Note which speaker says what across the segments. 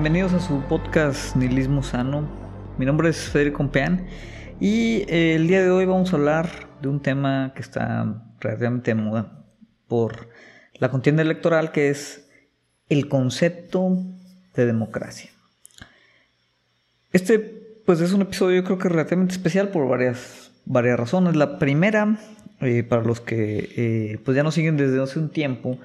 Speaker 1: Bienvenidos a su podcast Nihilismo Sano. Mi nombre es Federico Compeán y el día de hoy vamos a hablar de un tema que está relativamente de moda por la contienda electoral, que es el concepto de democracia. Pues es un episodio, yo creo que relativamente especial por varias razones. La primera, para los que pues ya nos siguen desde hace un tiempo,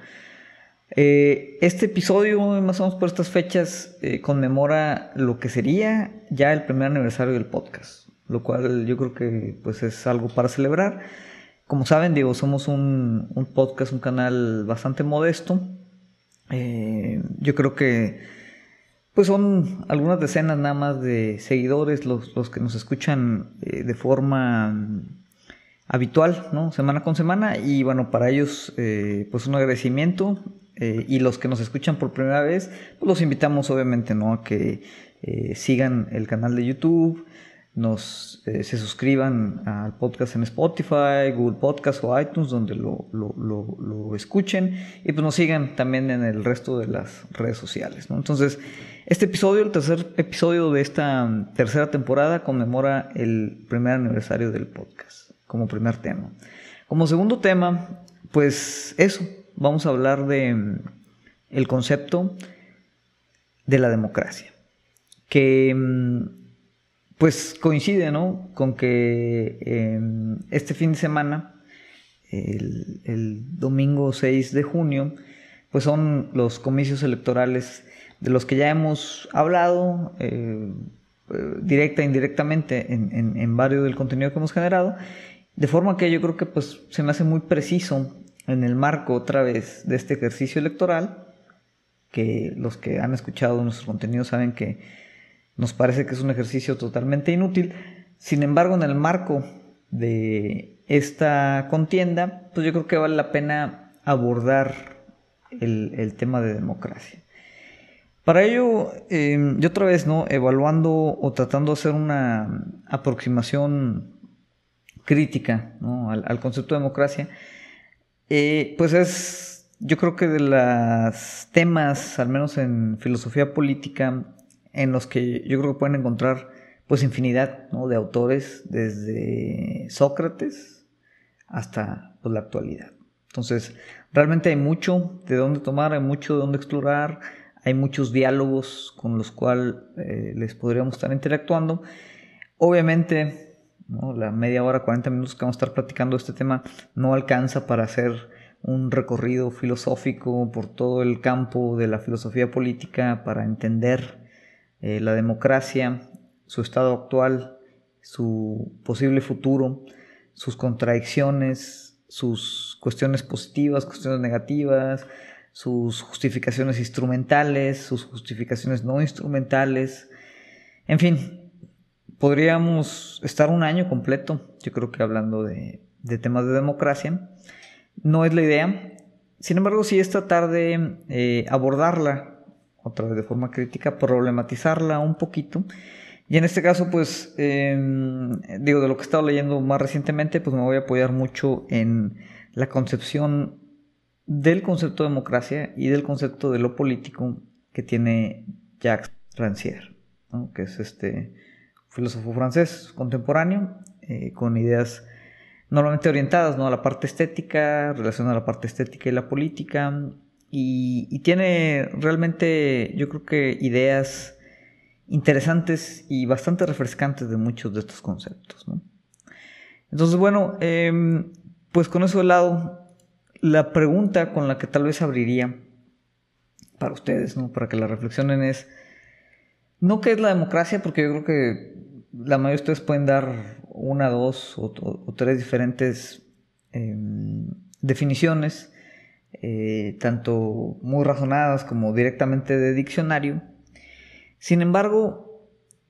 Speaker 1: este episodio, más o menos por estas fechas, conmemora lo que sería ya el primer aniversario del podcast, lo cual yo creo que pues es algo para celebrar. Como saben, somos un podcast, un canal bastante modesto. Yo creo que pues son algunas decenas nada más de seguidores los que nos escuchan de forma habitual, ¿no? Semana con semana. Y bueno, para ellos pues un agradecimiento. Y los que nos escuchan por primera vez, pues los invitamos obviamente, ¿no?, a que sigan el canal de YouTube, se suscriban al podcast en Spotify, Google Podcast o iTunes, donde lo escuchen, y pues nos sigan también en el resto de las redes sociales, ¿no? Entonces, este episodio, el tercer episodio de esta tercera temporada, conmemora el primer aniversario del podcast como primer tema. Como segundo tema, pues eso. Vamos a hablar de el concepto de la democracia, que pues coincide, ¿no?, con que este fin de semana, el domingo 6 de junio, pues son los comicios electorales de los que ya hemos hablado directa e indirectamente en varios del contenido que hemos generado, de forma que yo creo que pues se me hace muy preciso en el marco otra vez de este ejercicio electoral, que los que han escuchado nuestro contenido saben que nos parece que es un ejercicio totalmente inútil. Sin embargo, en el marco de esta contienda, pues yo creo que vale la pena abordar el tema de democracia. Para ello, yo otra vez, ¿no?, evaluando o tratando de hacer una aproximación crítica, ¿no?, al concepto de democracia, pues es, yo creo que de los temas, al menos en filosofía política, en los que yo creo que pueden encontrar pues infinidad, ¿no?, de autores, desde Sócrates hasta pues la actualidad. Entonces, realmente hay mucho de dónde tomar, hay mucho de dónde explorar, hay muchos diálogos con los cuales les podríamos estar interactuando. Obviamente, ¿no?, la media hora, 40 minutos que vamos a estar platicando de este tema no alcanza para hacer un recorrido filosófico por todo el campo de la filosofía política para entender la democracia, su estado actual, su posible futuro, sus contradicciones, sus cuestiones positivas, cuestiones negativas, sus justificaciones instrumentales, sus justificaciones no instrumentales, en fin. Podríamos estar un año completo, yo creo que hablando de temas de democracia. No es la idea. Sin embargo, sí es tratar de abordarla otra vez de forma crítica, problematizarla un poquito. Y en este caso, pues, de lo que he estado leyendo más recientemente, pues me voy a apoyar mucho en la concepción del concepto de democracia y del concepto de lo político que tiene Jacques Rancière, ¿no?, que es filósofo francés contemporáneo, con ideas normalmente orientadas, ¿no?, a la parte estética, relacionada a la parte estética y la política, y tiene realmente, yo creo que, ideas interesantes y bastante refrescantes de muchos de estos conceptos, ¿no? Entonces, bueno, pues con eso de lado, la pregunta con la que tal vez abriría para ustedes, ¿no?, para que la reflexionen es, no qué es la democracia, porque yo creo que la mayoría de ustedes pueden dar una, dos o tres diferentes definiciones, tanto muy razonadas como directamente de diccionario. Sin embargo,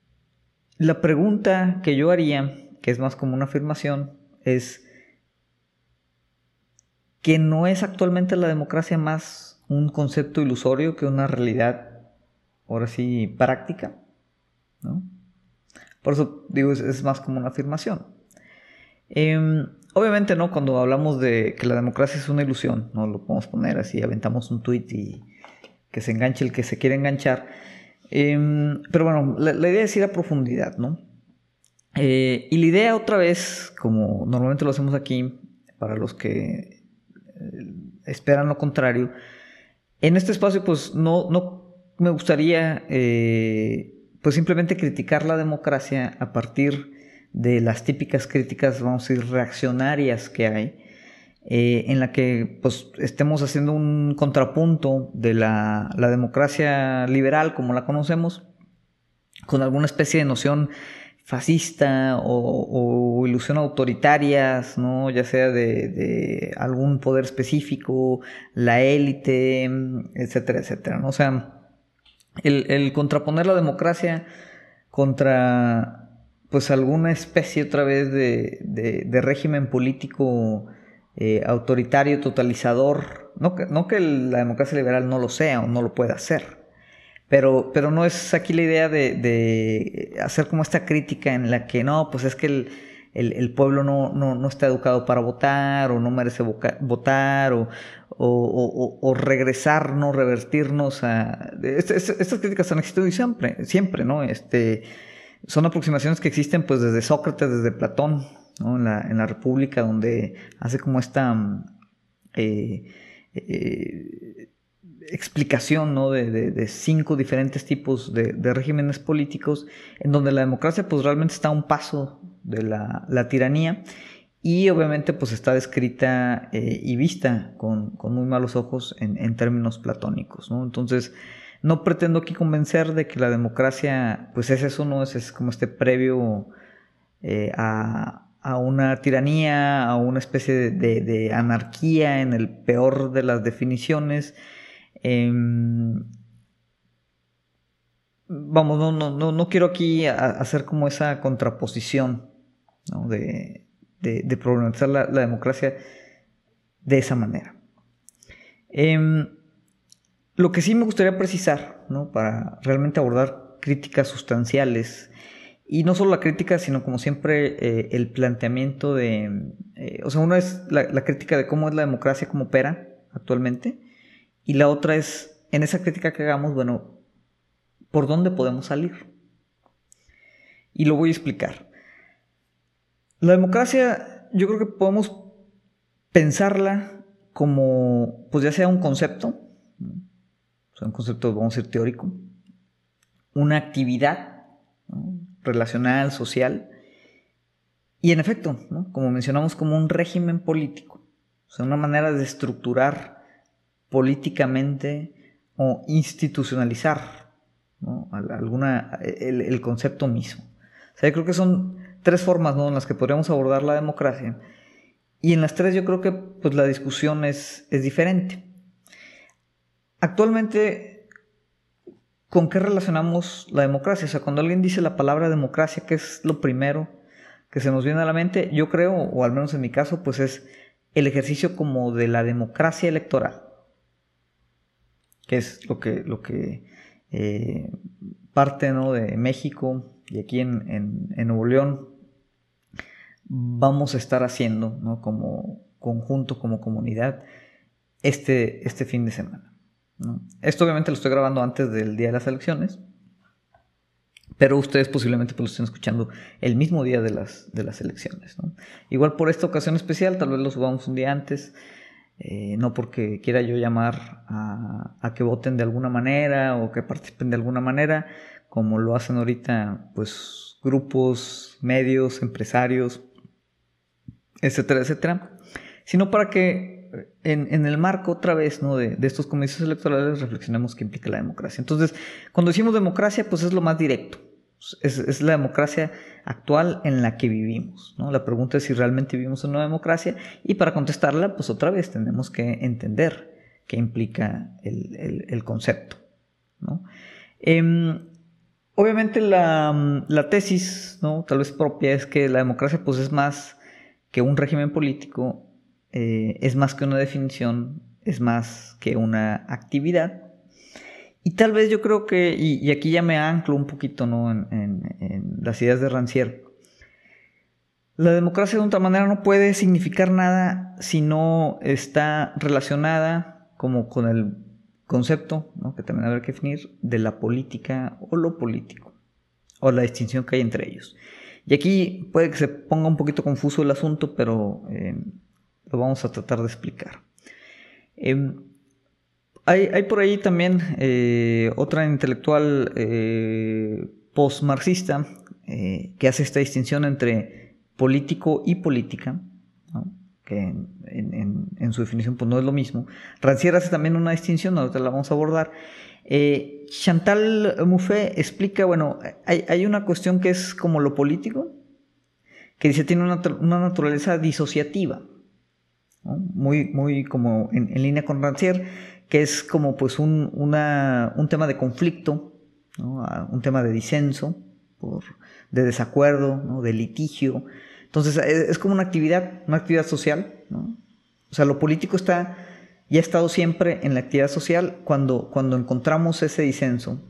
Speaker 1: la pregunta que yo haría, que es más como una afirmación, es que no es actualmente la democracia más un concepto ilusorio que una realidad, ahora sí, práctica, ¿no? Por eso digo, es más como una afirmación. Obviamente, ¿no?, cuando hablamos de que la democracia es una ilusión, no lo podemos poner así, aventamos un tweet y que se enganche el que se quiere enganchar. Pero bueno, la idea es ir a profundidad, ¿no? Y la idea otra vez, como normalmente lo hacemos aquí, para los que esperan lo contrario, en este espacio pues no me gustaría pues simplemente criticar la democracia a partir de las típicas críticas, vamos a decir, reaccionarias que hay, en la que pues estemos haciendo un contrapunto de la democracia liberal como la conocemos con alguna especie de noción fascista o ilusión autoritarias, ¿no? Ya sea de algún poder específico, la élite, etcétera, etcétera, ¿no? O sea, el contraponer la democracia contra pues alguna especie otra vez de régimen político autoritario, totalizador, no que la democracia liberal no lo sea o no lo pueda hacer, pero no es aquí la idea de hacer como esta crítica en la que no, pues es que el pueblo no está educado para votar o no merece votar o regresar, no revertirnos a... Estas críticas han existido y siempre, ¿no? Son aproximaciones que existen pues desde Sócrates, desde Platón, ¿no? En la República, donde hace como esta explicación, ¿no? de 5 diferentes tipos de regímenes políticos, en donde la democracia pues realmente está a un paso de la tiranía, y obviamente pues está descrita y vista con muy malos ojos en términos platónicos, ¿no? Entonces no pretendo aquí convencer de que la democracia pues es eso, ¿no? Es como este previo a una tiranía, a una especie de anarquía en el peor de las definiciones. Vamos, no quiero aquí hacer como esa contraposición, ¿no? de problematizar la democracia de esa manera. Lo que sí me gustaría precisar, ¿no? Para realmente abordar críticas sustanciales, y no solo la crítica, sino como siempre el planteamiento o sea, una es la crítica de cómo es la democracia, cómo opera actualmente, y la otra es, en esa crítica que hagamos, bueno, ¿por dónde podemos salir? Y lo voy a explicar. La democracia, yo creo que podemos pensarla como, pues ya sea un concepto, ¿no? O sea, un concepto, vamos a decir, teórico, una actividad, ¿no? Relacional, social, y en efecto, ¿no? Como mencionamos, como un régimen político, o sea, una manera de estructurar políticamente o institucionalizar, ¿no? el concepto mismo. O sea, yo creo que son 3 formas, ¿no? En las que podríamos abordar la democracia, y en las 3 yo creo que pues, la discusión es diferente. Actualmente, ¿con qué relacionamos la democracia? O sea, cuando alguien dice la palabra democracia, ¿qué es lo primero que se nos viene a la mente? Yo creo, o al menos en mi caso, pues es el ejercicio como de la democracia electoral, que es lo que parte, ¿no? de México y aquí en Nuevo León vamos a estar haciendo, ¿no? Como conjunto, como comunidad, este fin de semana, ¿no? Esto obviamente lo estoy grabando antes del día de las elecciones, pero ustedes posiblemente pues lo estén escuchando el mismo día de las elecciones, ¿no? Igual por esta ocasión especial, tal vez lo subamos un día antes, no porque quiera yo llamar a que voten de alguna manera o que participen de alguna manera, como lo hacen ahorita pues grupos, medios, empresarios, etcétera, etcétera, sino para que en el marco otra vez, ¿no? de estos comicios electorales reflexionemos qué implica la democracia. Entonces, cuando decimos democracia, pues es lo más directo. Es la democracia actual en la que vivimos, ¿no? La pregunta es si realmente vivimos en una democracia, y para contestarla, pues otra vez tenemos que entender qué implica el concepto, ¿no? Obviamente la tesis, ¿no? Tal vez propia, es que la democracia pues es más que un régimen político, es más que una definición, es más que una actividad. Y tal vez yo creo que, y aquí ya me anclo un poquito, ¿no? en las ideas de Rancière, la democracia de otra manera no puede significar nada si no está relacionada como con concepto, ¿no?, que también habrá que definir, de la política o lo político, o la distinción que hay entre ellos. Y aquí puede que se ponga un poquito confuso el asunto, pero lo vamos a tratar de explicar. Hay por ahí también otra intelectual post-marxista que hace esta distinción entre político y política, ¿no?, que en su definición pues no es lo mismo. Rancière hace también una distinción, ahorita la vamos a abordar. Chantal Mouffe explica, bueno, hay una cuestión que es como lo político, que dice tiene una naturaleza disociativa, ¿no?, muy como en línea con Rancière, que es como pues un tema de conflicto, ¿no?, un tema de disenso, de desacuerdo, ¿no?, de litigio. Entonces es como una actividad social, ¿no? O sea, lo político ya ha estado siempre en la actividad social cuando encontramos ese disenso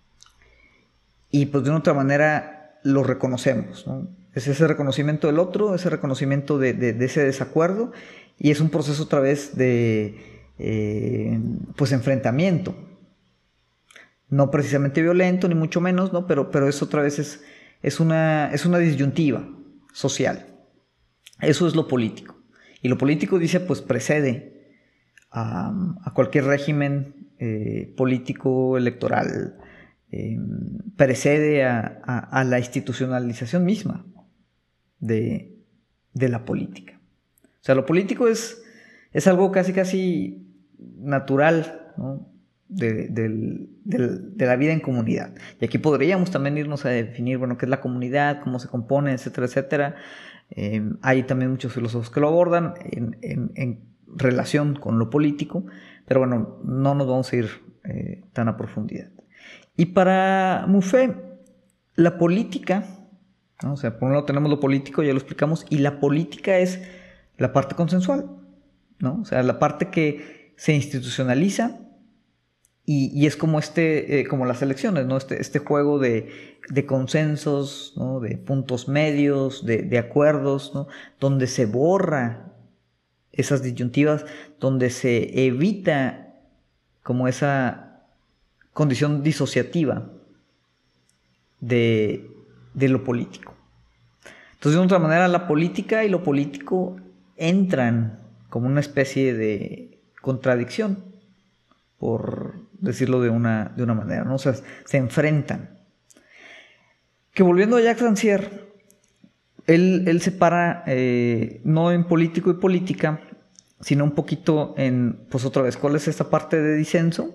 Speaker 1: y pues de una otra manera lo reconocemos, ¿no? Es ese reconocimiento del otro, ese reconocimiento de ese desacuerdo, y es un proceso otra vez de pues enfrentamiento. No precisamente violento, ni mucho menos, ¿no? Pero eso otra vez es una disyuntiva social. Eso es lo político. Y lo político, dice, pues precede a cualquier régimen político, electoral, precede a la institucionalización misma de la política. O sea, lo político es algo casi natural, ¿no?, de la vida en comunidad. Y aquí podríamos también irnos a definir, bueno, qué es la comunidad, cómo se compone, etcétera, etcétera. Hay también muchos filósofos que lo abordan en relación con lo político, pero bueno, no nos vamos a ir tan a profundidad. Y para Mouffe, la política, ¿no?, o sea, por un lado tenemos lo político, ya lo explicamos, y la política es la parte consensual, ¿no? O sea, la parte que se institucionaliza y es como como las elecciones, ¿no? Este juego de consensos, ¿no?, de puntos medios, de acuerdos, ¿no?, donde se borra esas disyuntivas, donde se evita como esa condición disociativa de lo político. Entonces, de otra manera, la política y lo político entran como una especie de contradicción, por decirlo de una manera, ¿no? O sea, se enfrentan. Que volviendo a Jacques Rancière, él separa no en político y política, sino un poquito pues otra vez, ¿cuál es esta parte de disenso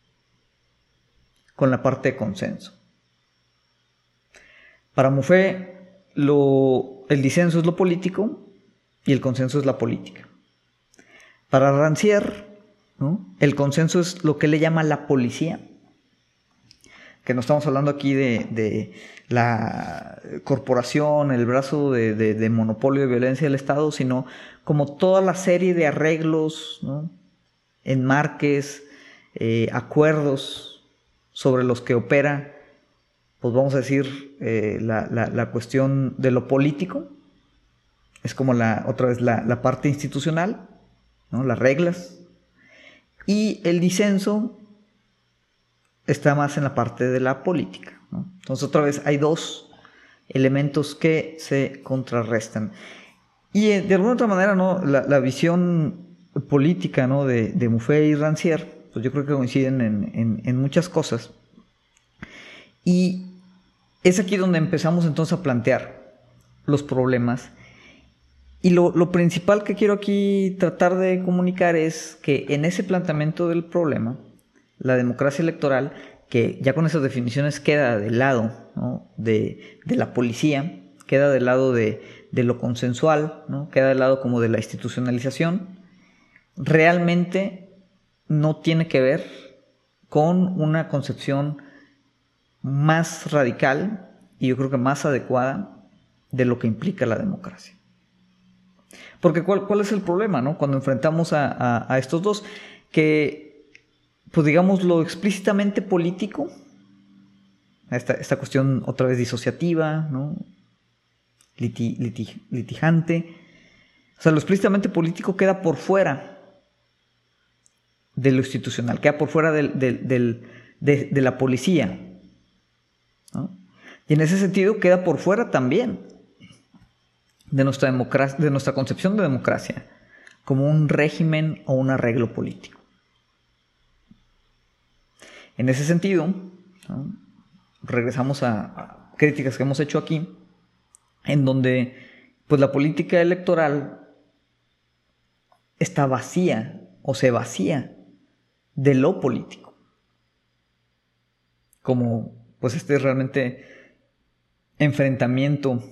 Speaker 1: con la parte de consenso? Para Mouffe, el disenso es lo político y el consenso es la política. Para Rancière, ¿no?, el consenso es lo que le llama la policía, que no estamos hablando aquí de la corporación, el brazo de monopolio de violencia del Estado, sino como toda la serie de arreglos, ¿no?, enmarques, acuerdos sobre los que opera, pues vamos a decir, la cuestión de lo político. Es como otra vez la parte institucional, ¿no?, las reglas. Y el disenso está más en la parte de la política, ¿no? Entonces, otra vez, hay dos elementos que se contrarrestan. Y de alguna otra manera, ¿no?, la visión política, ¿no?, de Mouffe y Rancière, pues yo creo que coinciden en muchas cosas. Y es aquí donde empezamos entonces a plantear los problemas. Y lo principal que quiero aquí tratar de comunicar es que en ese planteamiento del problema, la democracia electoral, que ya con esas definiciones queda del lado, ¿no?, de la policía, queda del lado de lo consensual, ¿no?, queda del lado como de la institucionalización, realmente no tiene que ver con una concepción más radical y yo creo que más adecuada de lo que implica la democracia. Porque ¿cuál es el problema, ¿no?, cuando enfrentamos a estos dos? Que, pues digamos, lo explícitamente político, esta cuestión otra vez disociativa, ¿no?, litigante, o sea, lo explícitamente político queda por fuera de lo institucional, queda por fuera de la policía, ¿no? Y en ese sentido queda por fuera también de nuestra democracia, de nuestra concepción de democracia, como un régimen o un arreglo político. En ese sentido, ¿no?, regresamos a críticas que hemos hecho aquí, en donde pues la política electoral está vacía o se vacía de lo político, como pues este realmente enfrentamiento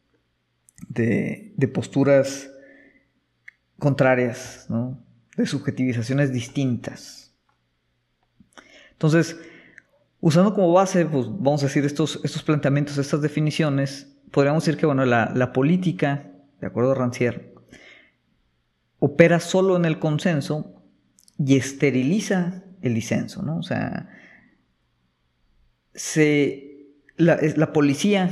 Speaker 1: de posturas contrarias, ¿no?, de subjetivizaciones distintas. Entonces, usando como base, pues vamos a decir estos planteamientos, estas definiciones, podríamos decir que bueno, la política, de acuerdo a Rancière, opera solo en el consenso y esteriliza el disenso, ¿no? O sea, la policía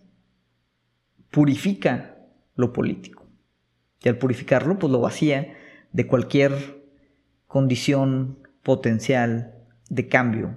Speaker 1: purifica lo político, y al purificarlo, pues lo vacía de cualquier condición potencial de cambio.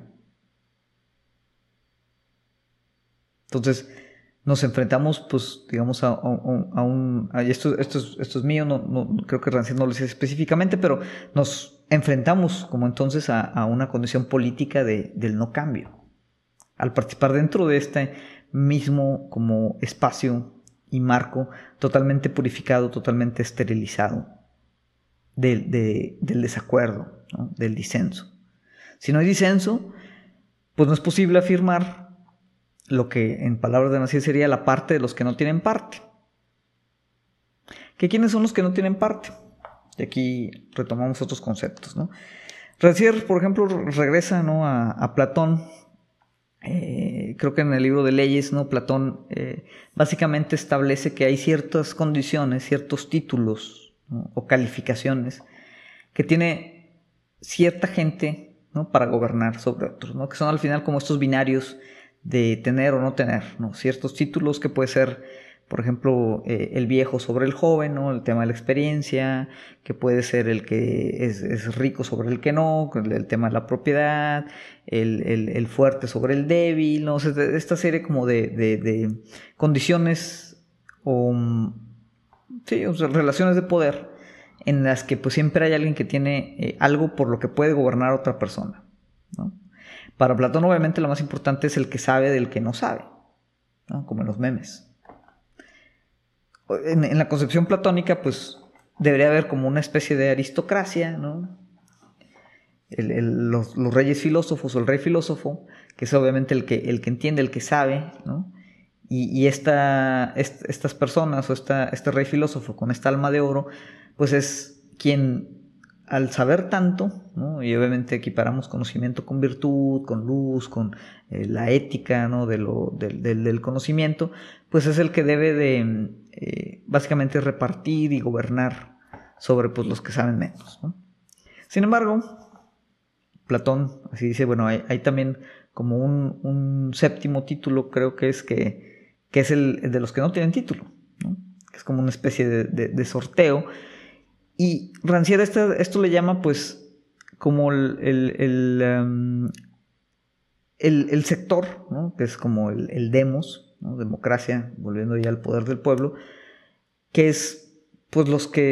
Speaker 1: Entonces nos enfrentamos, pues, digamos, a un esto es mío, no creo que Rancière no lo dice específicamente, pero nos enfrentamos como entonces a una condición política del no cambio, al participar dentro de este mismo como espacio y marco totalmente purificado, totalmente esterilizado del desacuerdo, ¿no?, del disenso. Si no hay disenso, pues no es posible afirmar lo que en palabras de Rancière sería la parte de los que no tienen parte. ¿Que quiénes son los que no tienen parte? Y aquí retomamos otros conceptos, ¿no? Rancière, por ejemplo, regresa, ¿no?, a Platón. Creo que en el libro de Leyes, ¿no?, Platón básicamente establece que hay ciertas condiciones, ciertos títulos, ¿no?, o calificaciones que tiene cierta gente, ¿no?, para gobernar sobre otros, ¿no?, que son al final como estos binarios de tener o no tener, ¿no?, ciertos títulos que puede ser, por ejemplo, el viejo sobre el joven, ¿no?, el tema de la experiencia, que puede ser el que es rico sobre el que no, el tema de la propiedad, el fuerte sobre el débil, ¿no? O sea, esta serie como de condiciones o sea, relaciones de poder en las que pues siempre hay alguien que tiene algo por lo que puede gobernar a otra persona, ¿no? Para Platón, obviamente, lo más importante es el que sabe del que no sabe, ¿no?, como en los memes. En la concepción platónica, pues, debería haber como una especie de aristocracia, ¿no? Los reyes filósofos o el rey filósofo, que es obviamente el que entiende, el que sabe, ¿no? Y estas personas o este rey filósofo con esta alma de oro, pues es quien, al saber tanto, ¿no?, y obviamente equiparamos conocimiento con virtud, con luz, con la ética, ¿no?, del conocimiento, pues es el que debe de básicamente repartir y gobernar sobre pues, los que saben menos, ¿no? Sin embargo, Platón así dice, bueno, hay también como un séptimo título, creo que es el de los que no tienen título, ¿no?, que es como una especie de sorteo. Y Rancière esto le llama pues como el sector, ¿no?, que es como el demos, ¿no?, democracia, volviendo ya al poder del pueblo, que es pues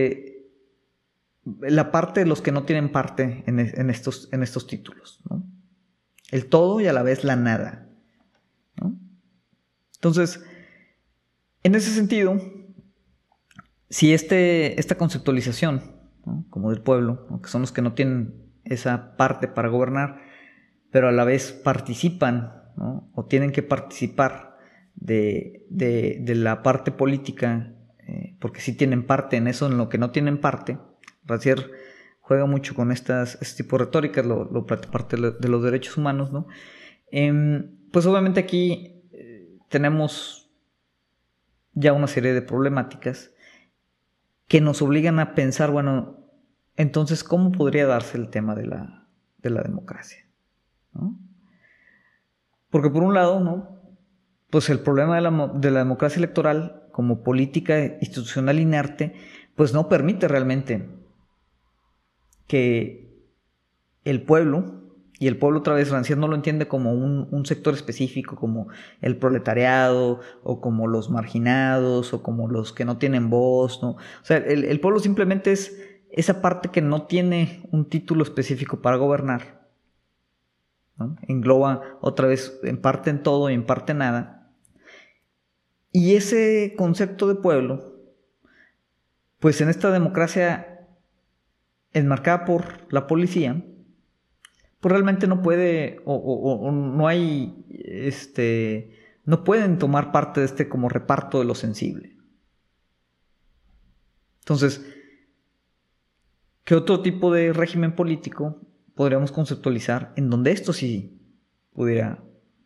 Speaker 1: la parte de los que no tienen parte en estos títulos, ¿no?, el todo y a la vez la nada, ¿no? Entonces, en ese sentido, si esta conceptualización, ¿no?, como del pueblo, ¿no?, que son los que no tienen esa parte para gobernar, pero a la vez participan, ¿no?, o tienen que participar de la parte política, porque sí tienen parte en eso, en lo que no tienen parte. Rancière juega mucho con este tipo de retóricas, parte de los derechos humanos, ¿no? Pues obviamente aquí tenemos ya una serie de problemáticas que nos obligan a pensar, bueno, entonces, ¿cómo podría darse el tema de la democracia, ¿no? Porque por un lado, ¿no?, pues el problema de la democracia electoral como política institucional inerte, pues no permite realmente que el pueblo, y el pueblo otra vez Rancière no lo entiende como un sector específico, como el proletariado, o como los marginados, o como los que no tienen voz, ¿no? O sea, el pueblo simplemente es esa parte que no tiene un título específico para gobernar, ¿no? Engloba otra vez en parte en todo y en parte nada. Y ese concepto de pueblo, pues en esta democracia enmarcada por la policía, pues realmente no puede o no hay, no pueden tomar parte de este como reparto de lo sensible. Entonces, ¿qué otro tipo de régimen político podríamos conceptualizar en donde esto sí pudiera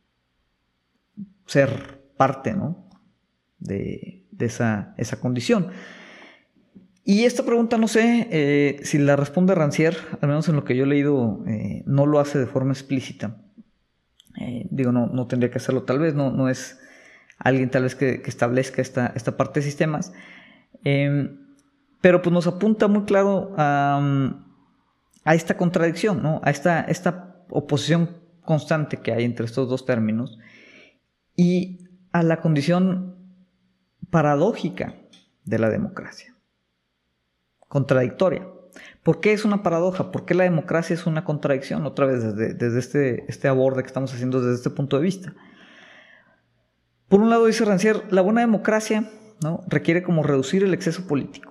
Speaker 1: ser parte, ¿no?, de esa condición? Y esta pregunta no sé si la responde Rancière, al menos en lo que yo he leído, no lo hace de forma explícita. No tendría que hacerlo tal vez, no es alguien tal vez que establezca esta parte de sistemas. Pero pues nos apunta muy claro a esta contradicción, ¿no? A esta oposición constante que hay entre estos dos términos y a la condición paradójica de la democracia. Contradictoria. ¿Por qué es una paradoja? ¿Por qué la democracia es una contradicción? Otra vez desde este aborde que estamos haciendo desde este punto de vista. Por un lado dice Rancière, la buena democracia, ¿no?, requiere como reducir el exceso político.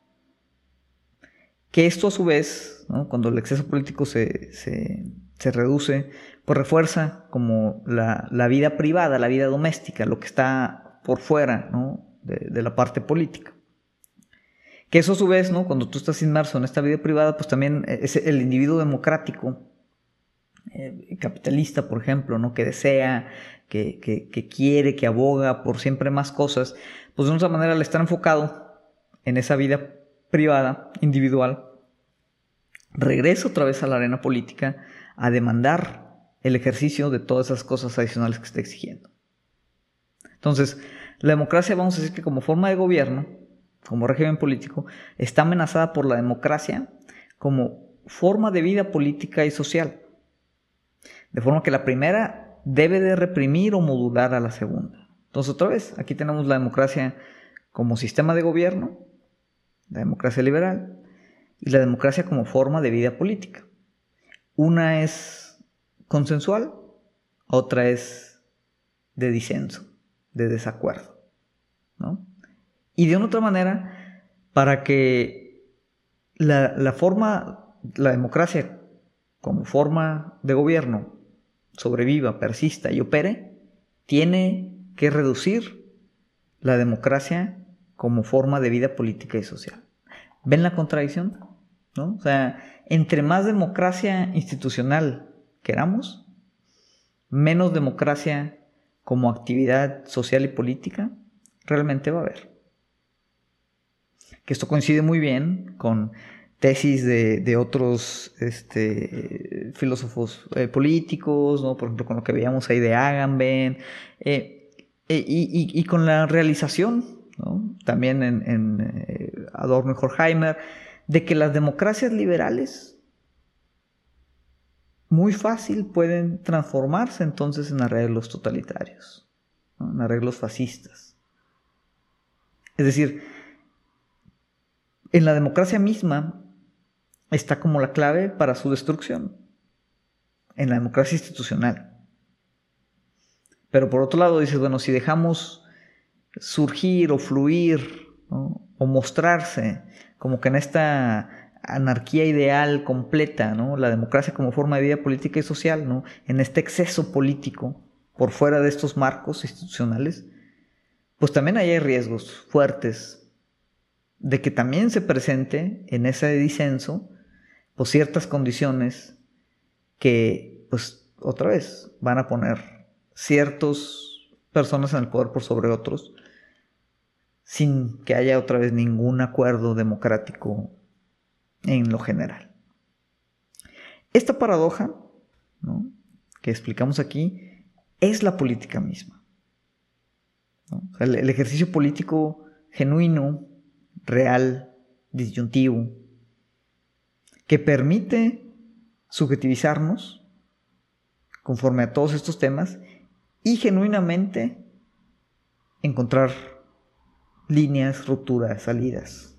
Speaker 1: Que esto a su vez, ¿no?, cuando el exceso político se reduce, pues refuerza como la vida privada, la vida doméstica, lo que está por fuera, ¿no?, de la parte política. Que eso a su vez, ¿no?, cuando tú estás inmerso en esta vida privada, pues también es el individuo democrático, capitalista, por ejemplo, ¿no?, que desea, que quiere, que aboga por siempre más cosas, pues de otra manera al estar enfocado en esa vida privada, individual, regresa otra vez a la arena política a demandar el ejercicio de todas esas cosas adicionales que está exigiendo. Entonces, la democracia, vamos a decir que como forma de gobierno, como régimen político, está amenazada por la democracia como forma de vida política y social. De forma que la primera debe de reprimir o modular a la segunda. Entonces, otra vez, aquí tenemos la democracia como sistema de gobierno, la democracia liberal, y la democracia como forma de vida política. Una es consensual, otra es de disenso, de desacuerdo, ¿no? Y de una otra manera, para que la democracia como forma de gobierno sobreviva, persista y opere, tiene que reducir la democracia como forma de vida política y social. ¿Ven la contradicción? ¿No? O sea, entre más democracia institucional queramos, menos democracia como actividad social y política realmente va a haber. Que esto coincide muy bien con tesis de otros filósofos políticos, ¿no? Por ejemplo, con lo que veíamos ahí de Agamben, y con la realización, ¿no?, también en Adorno y Horkheimer, de que las democracias liberales muy fácil pueden transformarse entonces en arreglos totalitarios, ¿no?, en arreglos fascistas. Es decir, en la democracia misma está como la clave para su destrucción, en la democracia institucional. Pero por otro lado dices, bueno, si dejamos surgir o fluir, ¿no?, o mostrarse como que en esta anarquía ideal completa, ¿no?, la democracia como forma de vida política y social, ¿no?, en este exceso político por fuera de estos marcos institucionales, pues también ahí hay riesgos fuertes de que también se presente en ese disenso pues ciertas condiciones que pues otra vez van a poner ciertas personas en el poder por sobre otros sin que haya otra vez ningún acuerdo democrático en lo general. Esta paradoja, ¿no?, que explicamos aquí es la política misma, ¿no? O sea, el ejercicio político genuino, real, disyuntivo, que permite subjetivizarnos conforme a todos estos temas y genuinamente encontrar líneas, rupturas, salidas.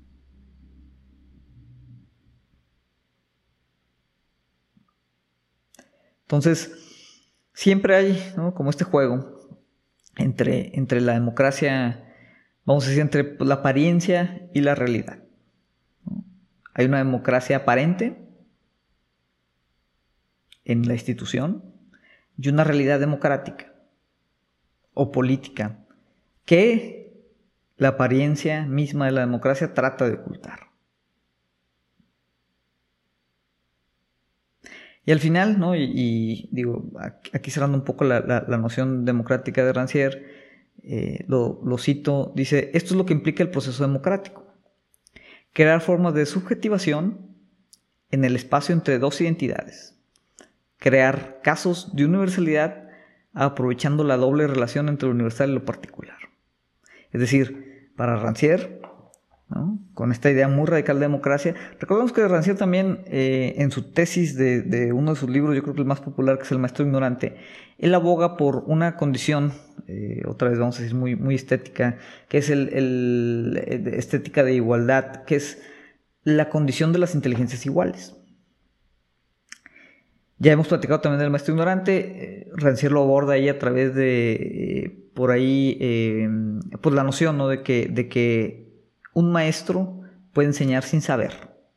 Speaker 1: Entonces, siempre hay, ¿no?, como este juego entre la democracia, vamos a decir, entre la apariencia y la realidad, ¿no? Hay una democracia aparente en la institución y una realidad democrática o política que la apariencia misma de la democracia trata de ocultar. Y al final, ¿no? Y digo, aquí cerrando un poco la noción democrática de Rancière, lo cito, dice: esto es lo que implica el proceso democrático: crear formas de subjetivación en el espacio entre dos identidades, crear casos de universalidad aprovechando la doble relación entre lo universal y lo particular. Es decir, para Rancière, ¿no?, con esta idea muy radical de democracia, recordemos que Rancière también, en su tesis de uno de sus libros, yo creo que el más popular, que es El maestro ignorante, él aboga por una condición, otra vez vamos a decir muy, muy estética, que es estética de igualdad, que es la condición de las inteligencias iguales. Ya hemos platicado también del maestro ignorante. Rancière lo aborda ahí a través de, por ahí, pues la noción, ¿no?, de que un maestro puede enseñar sin saber.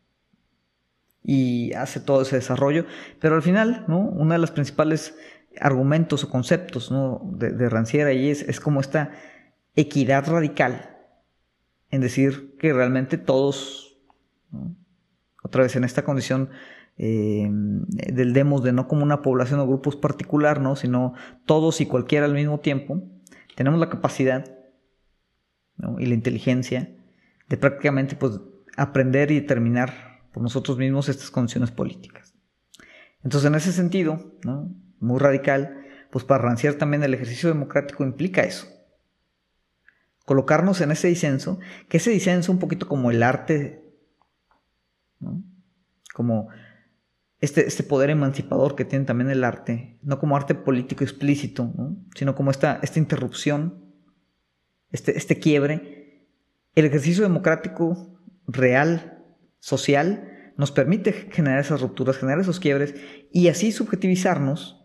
Speaker 1: Y hace todo ese desarrollo. Pero al final, ¿no?, uno de los principales argumentos o conceptos, ¿no?, de Rancière ahí es como esta equidad radical. En decir que realmente todos, ¿no?, otra vez en esta condición del demos, de no como una población o grupos particular, ¿no?, sino todos y cualquiera al mismo tiempo, tenemos la capacidad, ¿no?, y la inteligencia de prácticamente, pues, aprender y determinar por nosotros mismos estas condiciones políticas. Entonces, en ese sentido, ¿no?, muy radical, pues para Rancière también el ejercicio democrático implica eso: colocarnos en ese disenso, que ese disenso un poquito como el arte, ¿no?, como este poder emancipador que tiene también el arte, no como arte político explícito, ¿no?, sino como esta interrupción, este quiebre. El ejercicio democrático real, social, nos permite generar esas rupturas, generar esos quiebres y así subjetivizarnos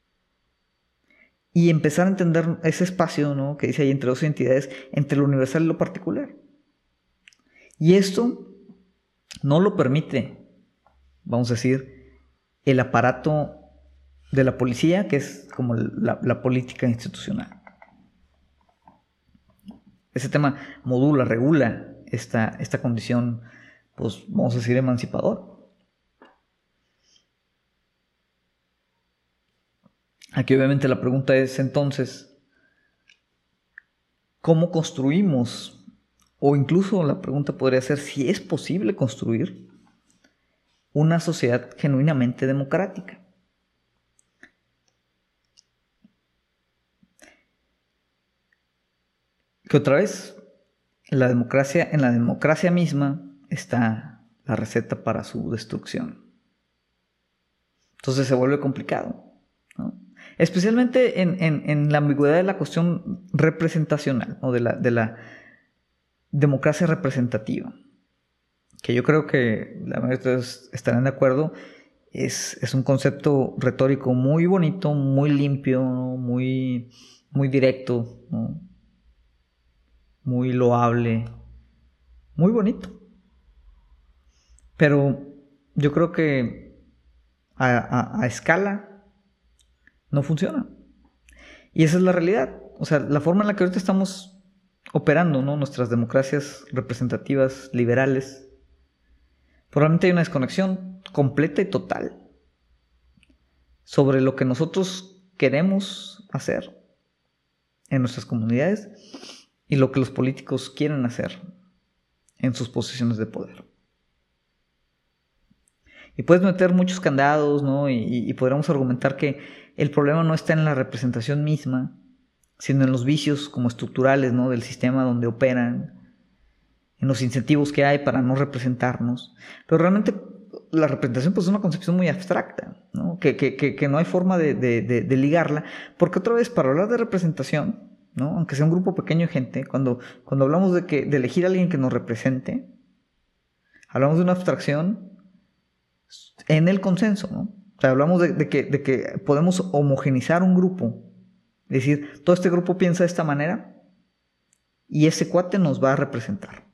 Speaker 1: y empezar a entender ese espacio, ¿no?, que dice ahí entre dos entidades, entre lo universal y lo particular. Y esto no lo permite, vamos a decir, el aparato de la policía, que es como la política institucional. Ese tema modula, regula esta condición, pues vamos a decir, emancipador. Aquí obviamente la pregunta es entonces, ¿cómo construimos? O incluso la pregunta podría ser si es posible construir una sociedad genuinamente democrática. Que otra vez, en la democracia misma está la receta para su destrucción. Entonces se vuelve complicado, ¿no? Especialmente en la ambigüedad de la cuestión representacional, o de la democracia representativa, que yo creo que la mayoría de ustedes estarán de acuerdo. Es un concepto retórico muy bonito, muy limpio, ¿no?, muy, muy directo, ¿no?, muy loable, muy bonito. Pero yo creo que a escala no funciona. Y esa es la realidad. O sea, la forma en la que ahorita estamos operando, ¿no?, nuestras democracias representativas, liberales, probablemente hay una desconexión completa y total sobre lo que nosotros queremos hacer en nuestras comunidades y lo que los políticos quieren hacer en sus posiciones de poder. Y puedes meter muchos candados, ¿no?, y podríamos argumentar que el problema no está en la representación misma, sino en los vicios como estructurales, ¿no?, del sistema donde operan, en los incentivos que hay para no representarnos. Pero realmente la representación pues es una concepción muy abstracta, ¿no? Que no hay forma de ligarla, porque otra vez, para hablar de representación, ¿no? Aunque sea un grupo pequeño de gente, cuando hablamos de elegir a alguien que nos represente, hablamos de una abstracción en el consenso, ¿no? O sea, hablamos de que podemos homogenizar un grupo, es decir, todo este grupo piensa de esta manera y ese cuate nos va a representar.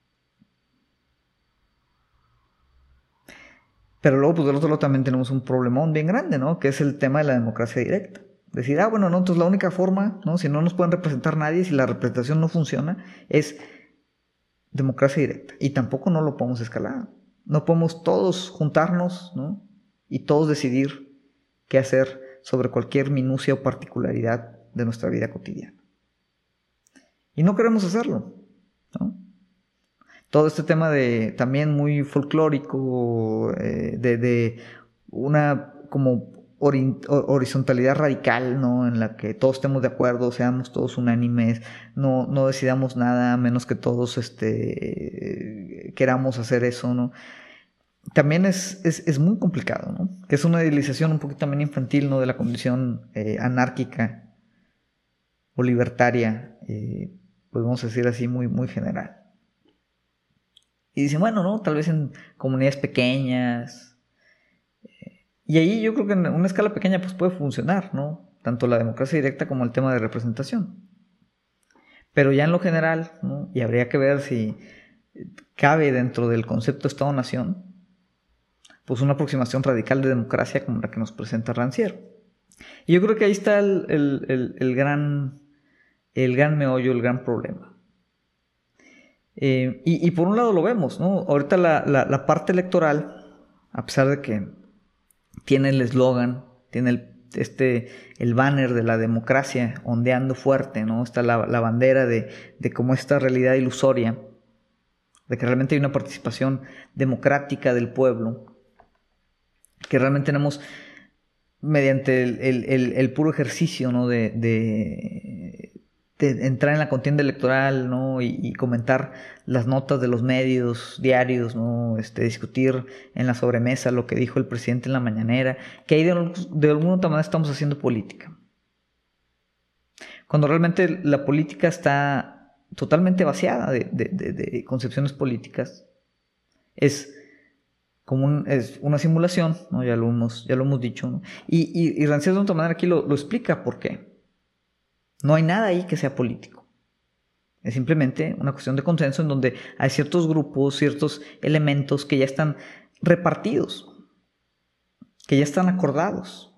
Speaker 1: Pero luego, pues del otro lado también tenemos un problemón bien grande, ¿no? Que es el tema de la democracia directa. Decir, bueno, no, entonces la única forma, ¿no? Si no nos pueden representar nadie, si la representación no funciona, es democracia directa. Y tampoco no lo podemos escalar. No podemos todos juntarnos, ¿no? Y todos decidir qué hacer sobre cualquier minucia o particularidad de nuestra vida cotidiana. Y no queremos hacerlo, ¿no? Todo este tema de también muy folclórico, de una como horizontalidad radical, ¿no? En la que todos estemos de acuerdo, seamos todos unánimes, no decidamos nada a menos que todos queramos hacer eso, ¿no? También es muy complicado, ¿no? Que es una idealización un poquito también infantil, ¿no? De la condición anárquica o libertaria, podemos decir así, muy, muy general. Y dicen, bueno, ¿no? Tal vez en comunidades pequeñas. Y ahí yo creo que en una escala pequeña pues puede funcionar, ¿no? Tanto la democracia directa como el tema de representación. Pero ya en lo general, ¿no? Y habría que ver si cabe dentro del concepto Estado-Nación, pues una aproximación radical de democracia como la que nos presenta Rancière. Y yo creo que ahí está el gran meollo, el gran problema. Y por un lado lo vemos, ¿no? Ahorita la parte electoral, a pesar de que tiene el eslogan, tiene el banner de la democracia ondeando fuerte, ¿no? Está la bandera de cómo esta realidad ilusoria, de que realmente hay una participación democrática del pueblo, que realmente tenemos mediante el puro ejercicio, ¿no? de entrar en la contienda electoral, ¿no? Y comentar las notas de los medios diarios, ¿no? Discutir en la sobremesa lo que dijo el presidente en la mañanera, que ahí de alguna otra manera estamos haciendo política. Cuando realmente la política está totalmente vaciada de concepciones políticas, es una simulación, ¿no? Ya lo hemos dicho, ¿no? Y Rancière de otra manera aquí lo explica por qué. No hay nada ahí que sea político. Es simplemente una cuestión de consenso en donde hay ciertos grupos, ciertos elementos que ya están repartidos, que ya están acordados,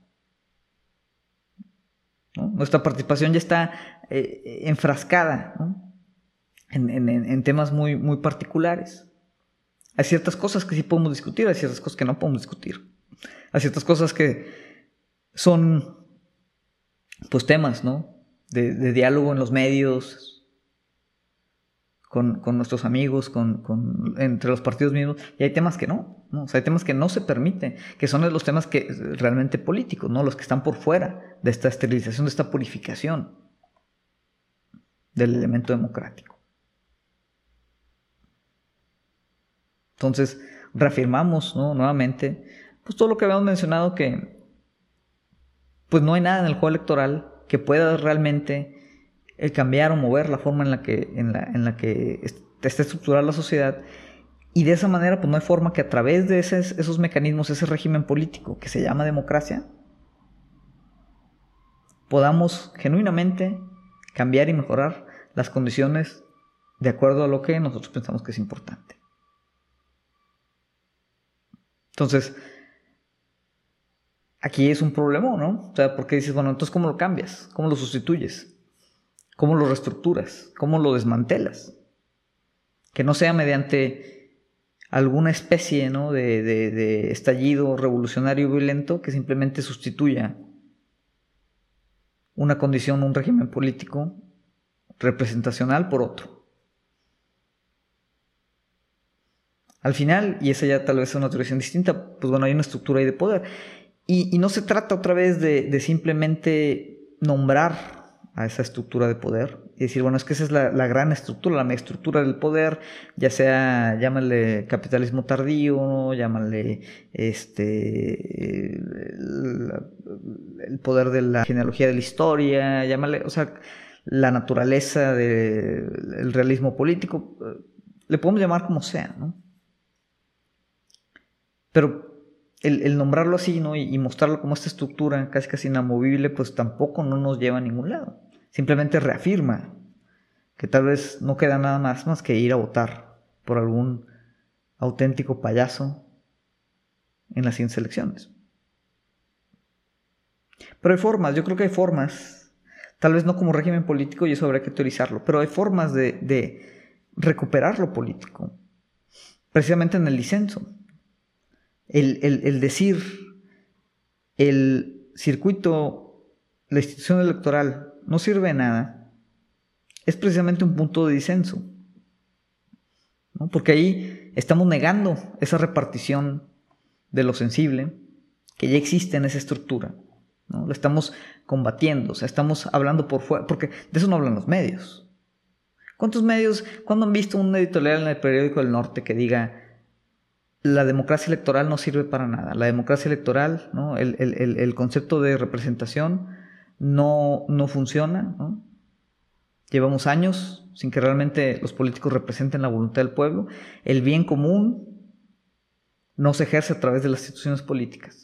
Speaker 1: ¿no? Nuestra participación ya está enfrascada, ¿no? en temas muy, muy particulares. Hay ciertas cosas que sí podemos discutir, hay ciertas cosas que no podemos discutir. Hay ciertas cosas que son, pues, temas, ¿no? De diálogo en los medios, con nuestros amigos, entre los partidos mismos, y hay temas que no, ¿no? O sea, hay temas que no se permiten, que son los temas que realmente políticos, ¿no? Los que están por fuera de esta esterilización, de esta purificación del elemento democrático. Entonces, reafirmamos, ¿no? Nuevamente, pues todo lo que habíamos mencionado, que pues no hay nada en el juego electoral que pueda realmente cambiar o mover la forma en la que está estructurada la sociedad, y de esa manera pues no hay forma que a través de esos mecanismos, ese régimen político que se llama democracia, podamos genuinamente cambiar y mejorar las condiciones de acuerdo a lo que nosotros pensamos que es importante. Entonces, aquí es un problema, ¿no? O sea, porque dices, bueno, entonces ¿cómo lo cambias? ¿Cómo lo sustituyes? ¿Cómo lo reestructuras? ¿Cómo lo desmantelas? Que no sea mediante alguna especie, ¿no? de estallido revolucionario violento que simplemente sustituya una condición, un régimen político representacional por otro. Al final, y esa ya tal vez es una teoría distinta, pues bueno, hay una estructura ahí de poder. Y no se trata otra vez de simplemente nombrar a esa estructura de poder y decir, bueno, es que esa es la gran estructura, la megaestructura del poder, ya sea, llámale capitalismo tardío, ¿no? Llámale el poder de la genealogía de la historia, llámale, o sea, la naturaleza del realismo político, le podemos llamar como sea, ¿no? Pero el nombrarlo así, ¿no? Y mostrarlo como esta estructura casi inamovible, pues tampoco no nos lleva a ningún lado. Simplemente reafirma que tal vez no queda nada más que ir a votar por algún auténtico payaso en las siguientes elecciones. Pero hay formas, yo creo que hay formas, tal vez no como régimen político, y eso habrá que teorizarlo, pero hay formas de recuperar lo político, precisamente en el disenso. El decir, el circuito, la institución electoral no sirve de nada, es precisamente un punto de disenso, ¿no? Porque ahí estamos negando esa repartición de lo sensible que ya existe en esa estructura, ¿no? Lo estamos combatiendo, o sea, estamos hablando por fuera, porque de eso no hablan los medios. ¿Cuántos medios, cuándo han visto un editorial en el Periódico del Norte que diga: la democracia electoral no sirve para nada? La democracia electoral, ¿no? El concepto de representación no funciona, ¿no? Llevamos años sin que realmente los políticos representen la voluntad del pueblo. El bien común no se ejerce a través de las instituciones políticas.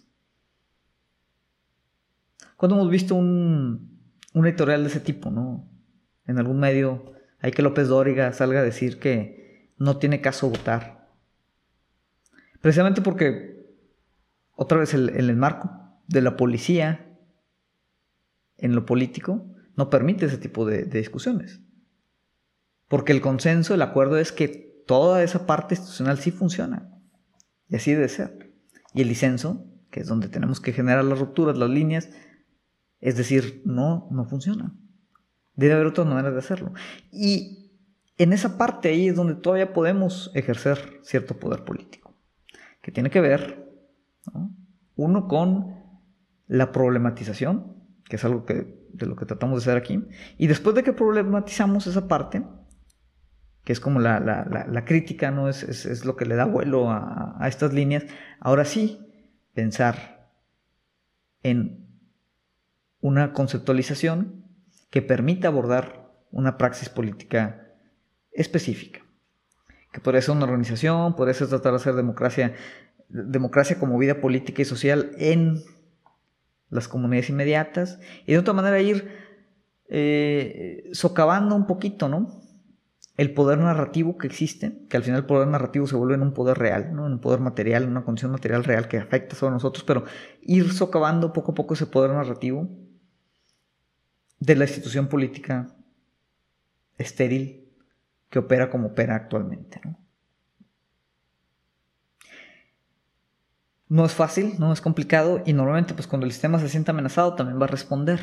Speaker 1: ¿Cuándo hemos visto un editorial de ese tipo, ¿no? En algún medio, hay que López Dóriga salga a decir que no tiene caso votar. Precisamente porque, otra vez, el marco de la policía en lo político no permite ese tipo de discusiones. Porque el consenso, el acuerdo es que toda esa parte institucional sí funciona. Y así debe ser. Y el disenso, que es donde tenemos que generar las rupturas, las líneas, es decir, no funciona. Debe haber otras maneras de hacerlo. Y en esa parte ahí es donde todavía podemos ejercer cierto poder político, que tiene que ver, ¿no? Uno, con la problematización, que es algo de lo que tratamos de hacer aquí, y después de que problematizamos esa parte, que es como la crítica, ¿no? Es lo que le da vuelo a estas líneas, ahora sí, pensar en una conceptualización que permita abordar una praxis política específica, que podría ser una organización, podría ser tratar de hacer democracia como vida política y social en las comunidades inmediatas, y de otra manera ir socavando un poquito, ¿no?, el poder narrativo que existe, que al final el poder narrativo se vuelve en un poder real, ¿no?, en un poder material, en una condición material real que afecta sobre nosotros, pero ir socavando poco a poco ese poder narrativo de la institución política estéril que opera como opera actualmente, ¿no? No es fácil, no es complicado, y normalmente pues cuando el sistema se siente amenazado también va a responder.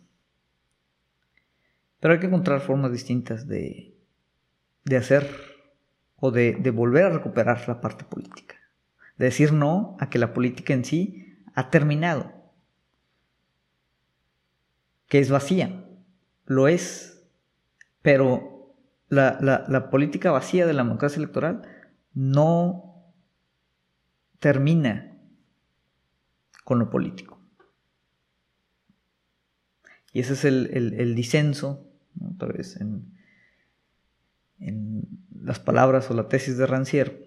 Speaker 1: Pero hay que encontrar formas distintas de hacer o de volver a recuperar la parte política. De decir no a que la política en sí ha terminado, que es vacía. Lo es, pero la política vacía de la democracia electoral no termina con lo político. Y ese es el disenso, ¿no?, otra vez en las palabras o la tesis de Rancière,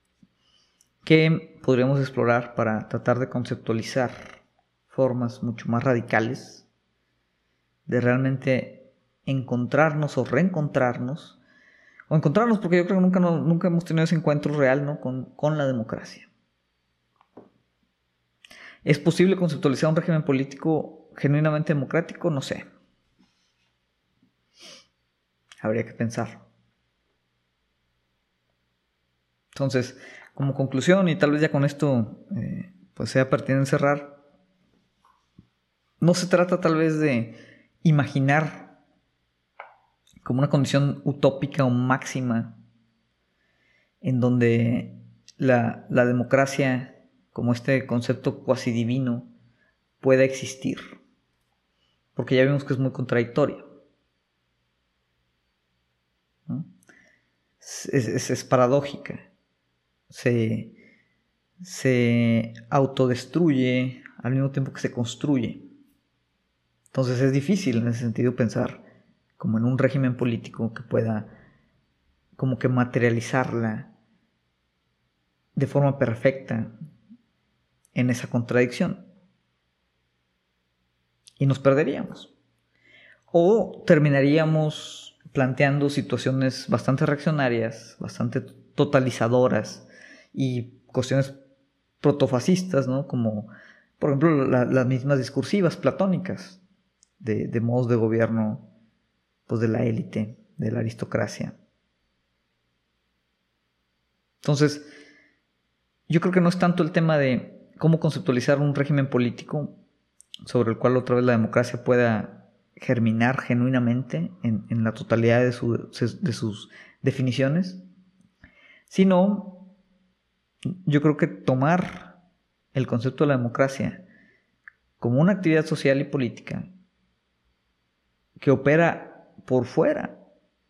Speaker 1: que podríamos explorar para tratar de conceptualizar formas mucho más radicales de realmente encontrarnos o reencontrarnos, o encontrarnos, porque yo creo que nunca hemos tenido ese encuentro real, ¿no?, con la democracia. ¿Es posible conceptualizar un régimen político genuinamente democrático? No sé. Habría que pensar. Entonces, como conclusión, y tal vez ya con esto pues sea pertinente cerrar, no se trata tal vez de imaginar como una condición utópica o máxima en donde la democracia, como este concepto cuasi divino, pueda existir, porque ya vimos que es muy contradictorio. es paradójica. Se autodestruye al mismo tiempo que se construye. Entonces es difícil en ese sentido pensar como en un régimen político que pueda como que materializarla de forma perfecta en esa contradicción. Y nos perderíamos. O terminaríamos planteando situaciones bastante reaccionarias, bastante totalizadoras y cuestiones protofascistas, ¿no? Como, por ejemplo, las mismas discursivas platónicas de modos de gobierno, pues, de la élite, de la aristocracia. Entonces, yo creo que no es tanto el tema de cómo conceptualizar un régimen político sobre el cual otra vez la democracia pueda germinar genuinamente en la totalidad de sus definiciones, sino yo creo que tomar el concepto de la democracia como una actividad social y política que opera por fuera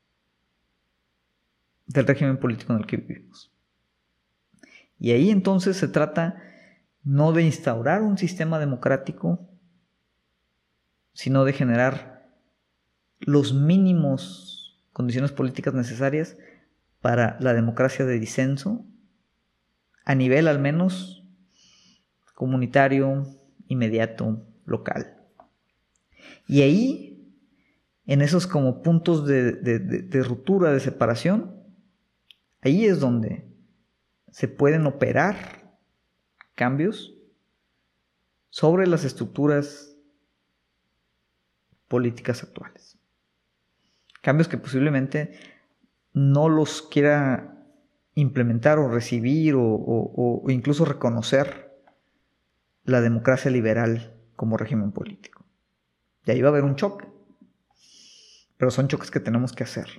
Speaker 1: del régimen político en el que vivimos. Y ahí entonces se trata no de instaurar un sistema democrático, sino de generar los mínimos condiciones políticas necesarias para la democracia de disenso, a nivel al menos comunitario, inmediato, local. Y ahí, en esos como puntos de ruptura, de separación, ahí es donde se pueden operar cambios sobre las estructuras políticas actuales. Cambios que posiblemente no los quiera implementar o recibir o incluso reconocer la democracia liberal como régimen político. Y ahí va a haber un choque. Pero son choques que tenemos que hacer.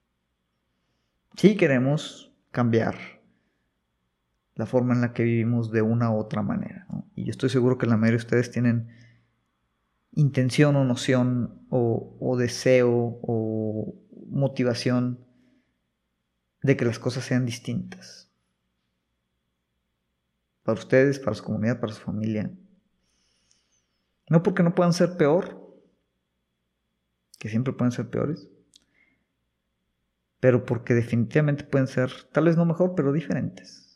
Speaker 1: Si queremos cambiar la forma en la que vivimos de una u otra manera, ¿no? Y yo estoy seguro que la mayoría de ustedes tienen intención o noción o deseo o motivación de que las cosas sean distintas. Para ustedes, para su comunidad, para su familia. No porque no puedan ser peor, que siempre pueden ser peores, pero porque definitivamente pueden ser, tal vez no mejor, pero diferentes.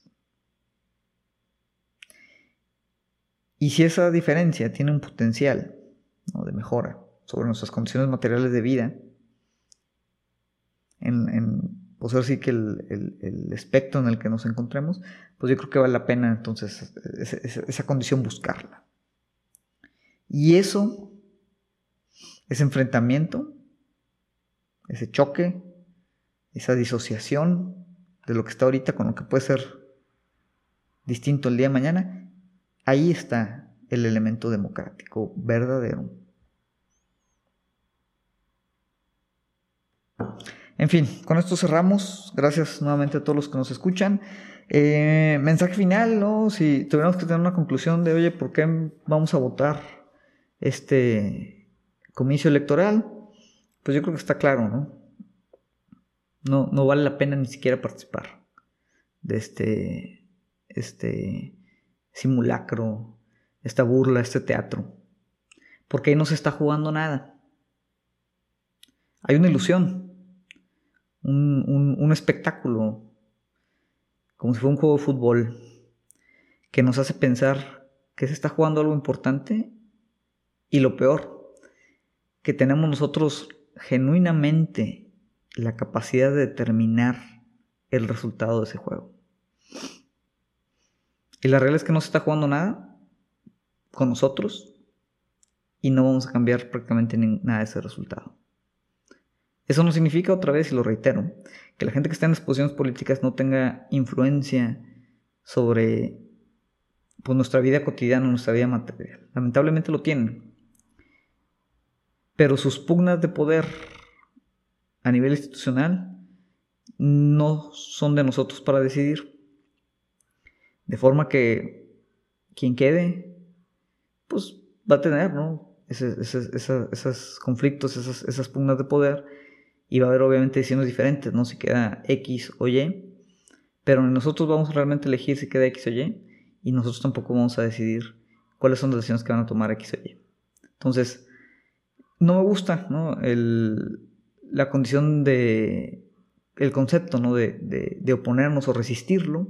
Speaker 1: Y si esa diferencia tiene un potencial, ¿no?, de mejora sobre nuestras condiciones materiales de vida, pues ahora sí que el espectro en el que nos encontremos, pues yo creo que vale la pena entonces esa condición buscarla. Y eso, ese enfrentamiento, ese choque, esa disociación de lo que está ahorita con lo que puede ser distinto el día de mañana, ahí está el elemento democrático verdadero. En fin, con esto cerramos. Gracias nuevamente a todos los que nos escuchan. Mensaje final, ¿no? Si tuviéramos que tener una conclusión de, oye, ¿por qué vamos a votar este comicio electoral? Pues yo creo que está claro, ¿no? No vale la pena ni siquiera participar de este simulacro, esta burla, este teatro, porque ahí no se está jugando nada. Hay una ilusión, un espectáculo, como si fuera un juego de fútbol, que nos hace pensar que se está jugando algo importante, y lo peor, que tenemos nosotros genuinamente la capacidad de determinar el resultado de ese juego. Y la realidad es que no se está jugando nada con nosotros y no vamos a cambiar prácticamente nada de ese resultado. Eso no significa, otra vez, y lo reitero, que la gente que está en las posiciones políticas no tenga influencia sobre, pues, nuestra vida cotidiana, nuestra vida material. Lamentablemente lo tienen. Pero sus pugnas de poder a nivel institucional no son de nosotros para decidir. De forma que quien quede, pues va a tener, ¿no?, esos conflictos, esas pugnas de poder, y va a haber obviamente decisiones diferentes, ¿no? Si queda X o Y, pero nosotros vamos a realmente elegir si queda X o Y nosotros tampoco vamos a decidir cuáles son las decisiones que van a tomar X o Y. Entonces, no me gusta, ¿no? La condición el concepto, ¿no? de oponernos o resistirlo.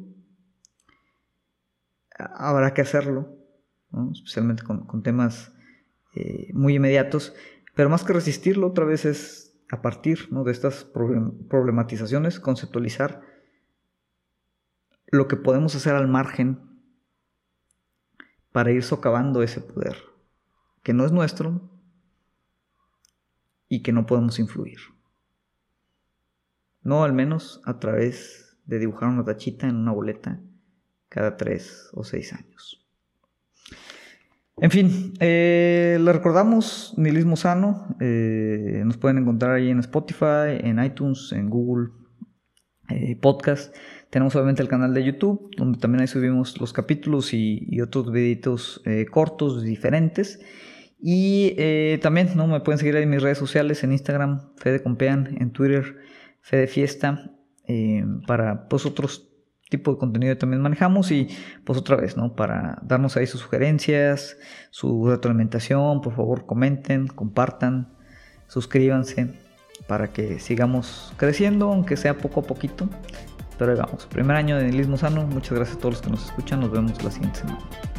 Speaker 1: Habrá que hacerlo, ¿no? Especialmente con temas muy inmediatos, pero más que resistirlo, otra vez es a partir, ¿no? de estas problematizaciones, conceptualizar lo que podemos hacer al margen para ir socavando ese poder que no es nuestro y que no podemos influir. No al menos a través de dibujar una tachita en una boleta cada 3 o 6 años. En fin, les recordamos Nihilismo Sano. Nos pueden encontrar ahí en Spotify, en iTunes, en Google Podcast. Tenemos obviamente el canal de YouTube, donde también ahí subimos los capítulos y otros videitos cortos, diferentes. Y también, ¿no? Me pueden seguir ahí en mis redes sociales, en Instagram, Fede Compean, en Twitter, Fede Fiesta, para pues otros tipo de contenido que también manejamos y pues otra vez, ¿no? Para darnos ahí sus sugerencias, su retroalimentación, por favor comenten, compartan, suscríbanse para que sigamos creciendo, aunque sea poco a poquito, pero ahí vamos. Primer año de Nihilismo Sano. Muchas gracias a todos los que nos escuchan, nos vemos la siguiente semana.